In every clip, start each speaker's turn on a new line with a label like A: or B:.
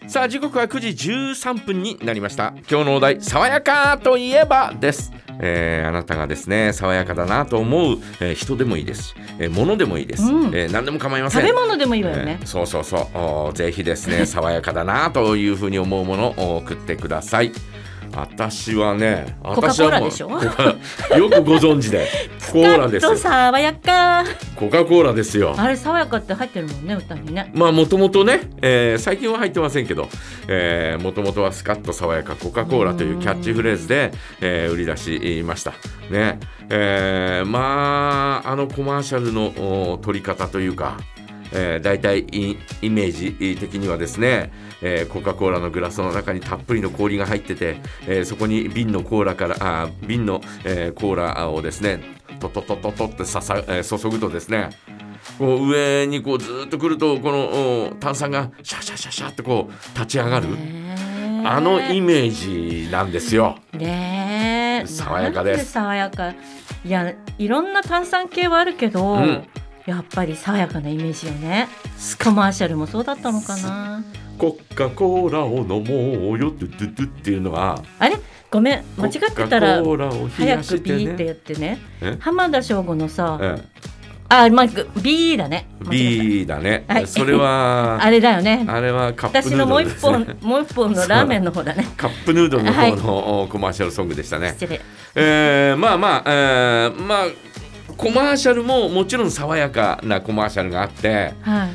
A: さあ時刻は9時13分になりました。今日のお題、爽やかといえばです。あなたがですね爽やかだなと思う、人でもいいです、物でもいいです、何でも構いません。
B: 食べ物でもいいわよね、
A: そうそうそう、ぜひですね爽やかだなというふうに思うものを送ってください。私はね、
B: コカ・コーラでしょ。
A: よくご存知でコーラですよ。
B: 爽やか、
A: コカ・コーラですよ。
B: あれ爽やかって入ってるもんね、歌にね。
A: まあもともとね、最近は入ってませんけど、もともとはスカッと爽やかコカ・コーラというキャッチフレーズで、売り出しましたね。まああのコマーシャルの撮り方というか、だいたいイメージ的にはですね、コカ・コーラのグラスの中にたっぷりの氷が入ってて、そこに瓶のコーラから瓶の、コーラをですねトトトトトって注ぐとですね、こう上にこうずっとくるとこの炭酸がシャシャシャシャってこう立ち上がる、あのイメージなんですよ。
B: ね、
A: 爽やかです。
B: 爽やか、いや、いろんな炭酸系はあるけど、やっぱり爽やかなイメージよね。コマーシャルもそうだったのかな。
A: コカ・コーラを飲もうよドゥドゥドゥっていうのが、あれ
B: ごめん、間違ってたら早くビーってやってね。浜田省吾のさ、まあ、B だね。
A: B だね、はい、それは
B: あれだよね。
A: あれはカップヌードルですね。
B: 私のもう一本のラーメンの方だね。
A: カップヌードルの方のコマーシャルソングでしたね。
B: 失礼。
A: まあコマーシャルももちろん爽やかなコマーシャルがあって、はい、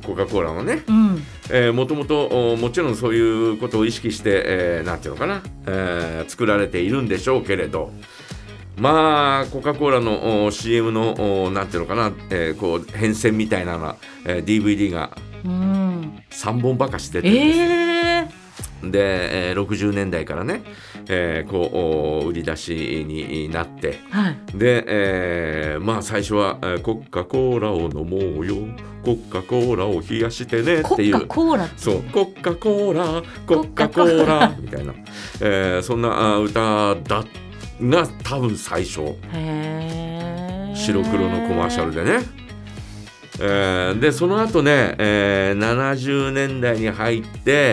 A: コカ・コーラのね、もともともちろんそういうことを意識して、なんていうのかな、作られているんでしょうけれど、まあコカ・コーラの CM のなんていうのかな、こう変遷みたいなの、DVD が3本ばかし出てるんです。で、60年代からね、こう売り出しになって、はい、で、まあ最初は、コカ・コーラを飲もうよ、コカ・コーラを冷やしてねっていう、
B: コカ・コーラ、
A: そうコカ・コーラコカ・コーラみたいな、そんな歌だが多分最初、白黒のコマーシャルでね、でその後ね、70年代に入って、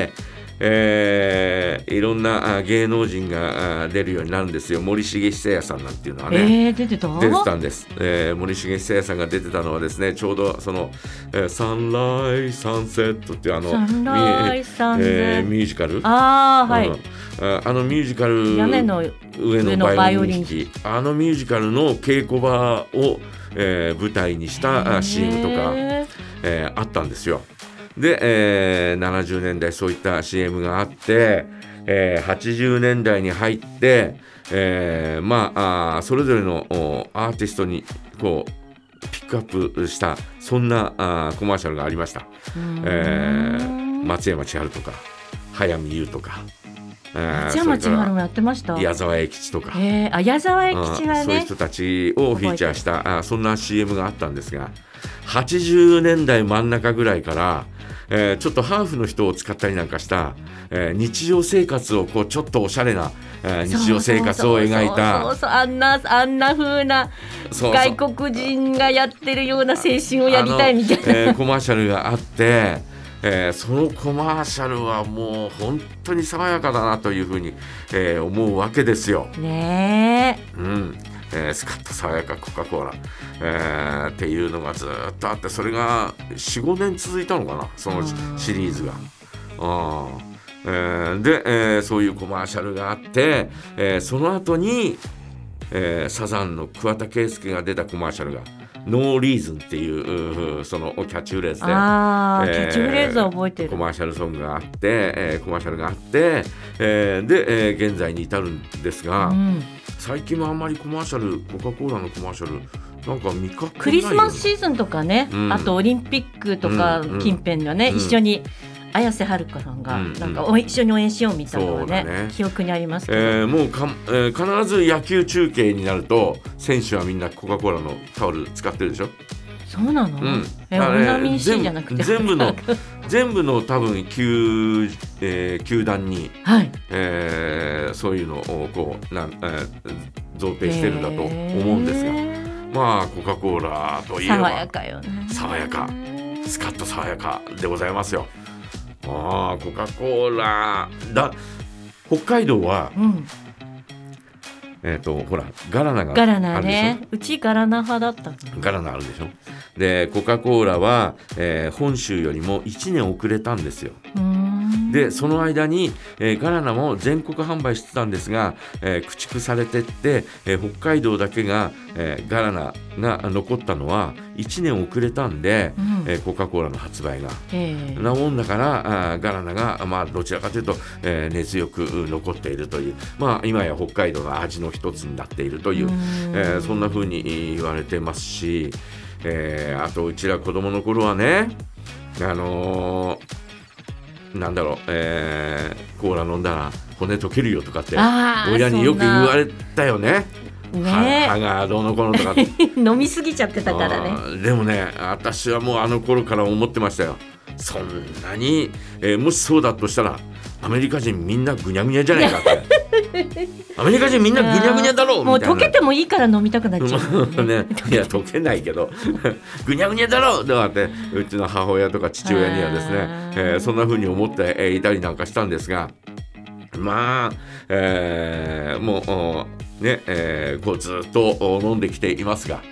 A: いろんな芸能人が出るようになるんですよ。森重久彌さんなんていうのはね、
B: 出てた
A: んです。森重久彌さんが出てたのはですね、ちょうどその、サンライサンセットっていうミュージカル、はい、あのミュージカル
B: 屋根の
A: 上のバイオリン弾き、あのミュージカルの稽古場を、舞台にした CM とか、あったんですよ。で、70年代そういった CM があって、80年代に入って、まあそれぞれのアーティストにこうピックアップしたそんなコマーシャルがありました。松山千春とか早見優とか、
B: 松山千春もやってました。
A: 矢沢永吉とか、
B: 矢沢永吉はね、
A: そういう人たちをフィーチャーしたそんな CM があったんですが、80年代真ん中ぐらいから、ちょっとハーフの人を使ったりなんかした、日常生活をこうちょっとおしゃれな、日常生活を描いた、
B: あんな風な外国人がやってるような青春をやりたいみたいな、
A: コマーシャルがあって、そのコマーシャルはもう本当に爽やかだなというふうに、思うわけですよ。
B: ね
A: え、スカッと爽やかコカ・コーラ、っていうのがずっとあって、それが 4,5 年続いたのかな、そのシリーズが。で、そういうコマーシャルがあって、その後に、サザンの桑田佳祐が出たコマーシャルがノーリーズンっていうそのキャッチフレーズで、
B: キャッチフレーズは覚えてる。
A: コマーシャルソングがあって、コマーシャルがあって、で、現在に至るんですが、最近もあんまりコマーシャル、コカ・コーラのコマーシャルなんか見かけないよね。
B: クリスマスシーズンとかね、あとオリンピックとか近辺のね、一緒に綾瀬はるかさんがなんか一緒に応援しようみたいなのはね、記憶にありますけど、
A: もう必ず野球中継になると選手はみんなコカ・コーラのタオル使ってるでしょ。
B: そうなの？オナミン C じゃなくて
A: 全部の多分球団に、そういうのをこう贈呈してるんだと思うんですが、まあコカ・コーラといえば
B: 爽やかよね。
A: 爽やか、スカッと爽やかでございますよ。 ああ、コカ・コーラだ。北海道は、ほらガラナがあるでしょ。
B: ガラナね。うちガラナ派だったの。
A: ガラナあるでしょ。でコカ・コーラは、本州よりも1年遅れたんですよ。でその間に、ガラナも全国販売してたんですが、駆逐されてって、北海道だけが、ガラナが残ったのは1年遅れたんで、コカ・コーラの発売がなもんだからガラナが、どちらかというと、根強く残っているという、今や北海道の味の一つになっているという、そんな風に言われてますし、あとうちら子供の頃はね、なんだろう、コーラ飲んだら骨溶けるよとかって親によく言われたよね。歯がどうのこうのとか
B: 飲みすぎちゃってたからね。
A: でもね、私はもうあの頃から思ってましたよ。そんなに、もしそうだとしたらアメリカ人みんなぐにゃぐにゃじゃないかってアメリカ人みんなぐにゃぐにゃだろうみたいな。
B: もう溶けてもいいから飲みたくなっちゃう、
A: ね、いや溶けないけどぐにゃぐにゃだろうとかってうちの母親とか父親にはですね、そんな風に思って、いたりなんかしたんですが、もうね、こうずっと飲んできていますが、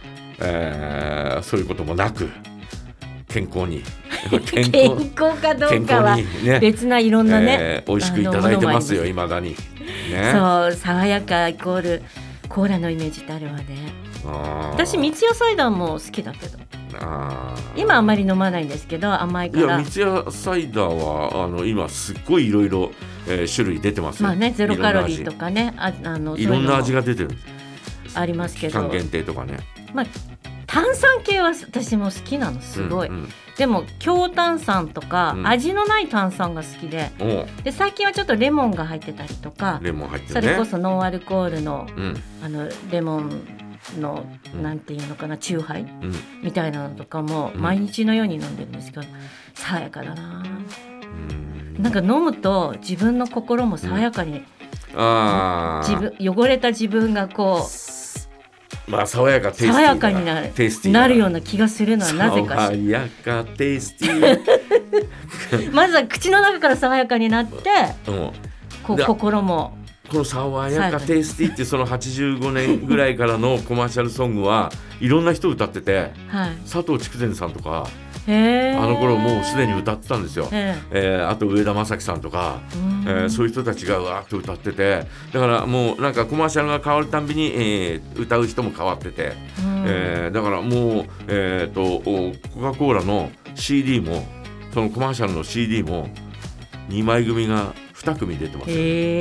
A: そういうこともなく健康に
B: 健康かどうかは別ないろんなね、
A: 美味しくいただいてますよ、未だに、ね、
B: そう爽やかイコールコーラのイメージってあるわね。私三ツ矢サイダーも好きだけど、今あんまり飲まないんですけど甘いから。
A: いや三ツ矢サイダーは今すっごいいろいろ種類出てますよ。
B: ゼロカロリーとかね、
A: いろんな味が出てるんです。
B: ありますけど、
A: 期間限定とかね。
B: 炭酸系は私も好きなのすごい、でも強炭酸とか、味のない炭酸が好きで、最近はちょっとレモンが入ってたりとか、
A: レモン入ってる
B: ね、それこそノンアルコールの、レモンのなんていうのかな、チューハイ、みたいなのとかも毎日のように飲んでるんですけど、爽やかだな。なんか飲むと自分の心も爽やかに、汚れた自分がこう
A: 爽やかテイスティー
B: 爽やかになるような気がするのはなぜか
A: 爽やかテイスティ
B: ーまずは口の中から爽やかになって、こう心も
A: この爽やかテイスティーってその85年ぐらいからのコマーシャルソングはいろんな人歌ってて、佐藤筑前さんとかあの頃もうすでに歌ってたんですよ。あと上田正樹さんとか、そういう人たちがわーっと歌ってて、だからもうなんかコマーシャルが変わるたんびに、歌う人も変わってて、だからもう、コカ・コーラの CD もそのコマーシャルの CD も2枚組が2組出てます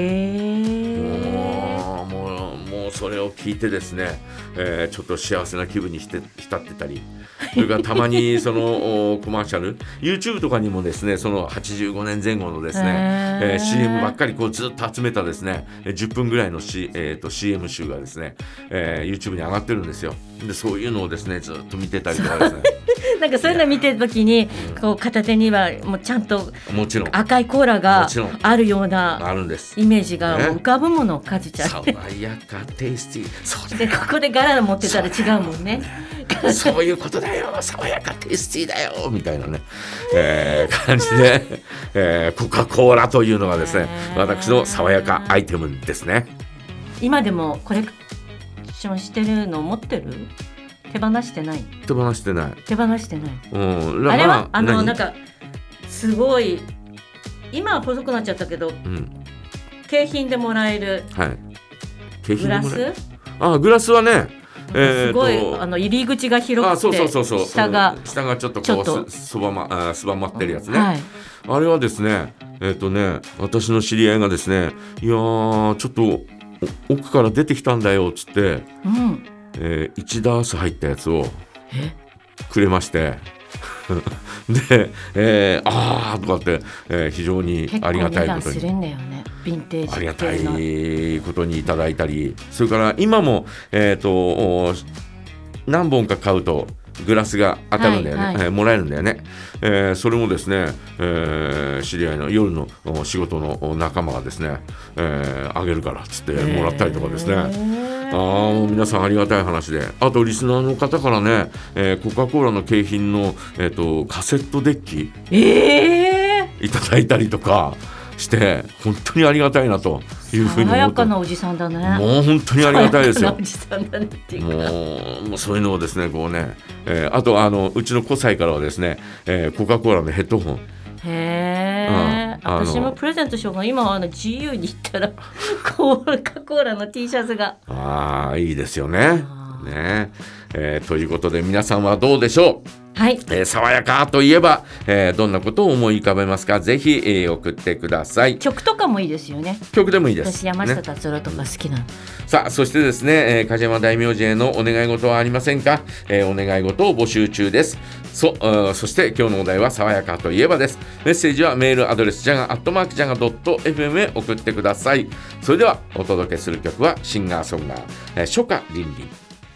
A: よ。もうそれを聞いてですね、ちょっと幸せな気分に浸ってたり、それからたまにそのコマーシャル YouTube とかにもですね、その85年前後のですね、CM ばっかりこうずっと集めたですね10分ぐらいの、CM 集がですね、YouTube に上がってるんですよ。でそういうのをですねずっと見てたりとかですね
B: なんかそういうの見てるときに、こう片手にはもうちゃんと赤いコーラがあるようなイメージが浮かぶものを感じちゃう。
A: 爽やかテイスティー、
B: でここでガラ持ってたら違うもんね。
A: そういうことだよ、爽やかテイスティーだよみたいなね、感じで、コカ・コーラというのがですね、私の爽やかアイテムですね。
B: 今でもコレクションしてるの持ってる？手放してない。
A: 手放してない。
B: あれはなんかすごい今は細くなっちゃったけど、景品でもらえるグラス？
A: グラスはね、
B: すごい入り口が広くて下が
A: ちょっとこうすばまってるやつね、あれはですね私の知り合いがですね、いやーちょっと奥から出てきたんだよっつって、1ダース入ったやつをくれましてで、とかって、非常にありがたいことに
B: 結構値段するんだよね、ヴィンテージ
A: ありがたいことにいただいたり、それから今も、何本か買うとグラスが当たるんだよね、もらえるんだよね、それもですね、知り合いの夜の仕事の仲間がですね、あげるからっつってもらったりとかですね、皆さんありがたい話で、あとリスナーの方からね、コカ・コーラの景品の、カセットデッキ、いだいたりとかして本当にありがたいなというふうに思って、
B: 爽やかなおじさんだね。
A: もう本当にありがたいですよ。
B: おじさんだねっていうか、
A: もうそういうのをですねこうね、あとうちの5歳からはですね、コカ・コーラのヘッドホン、
B: へー、私もプレゼントしようかな。今はGUに行ったらコーラの T シャツが
A: いいですよね。ということで皆さんはどうでしょう。
B: はい、
A: 爽やかといえば、どんなことを思い浮かべますか。ぜひ、送ってください。
B: 曲とかもいいですよね。
A: 曲でもいいです。
B: 私山下達郎とか好きなの、
A: さあそしてですね、梶山大名人へのお願い事はありませんか。お願い事を募集中です。そして今日のお題は爽やかといえばです。メッセージはメールアドレスjaga@jaga.fm へ送ってください。それではお届けする曲はシンガーソンガー、初夏りんりん。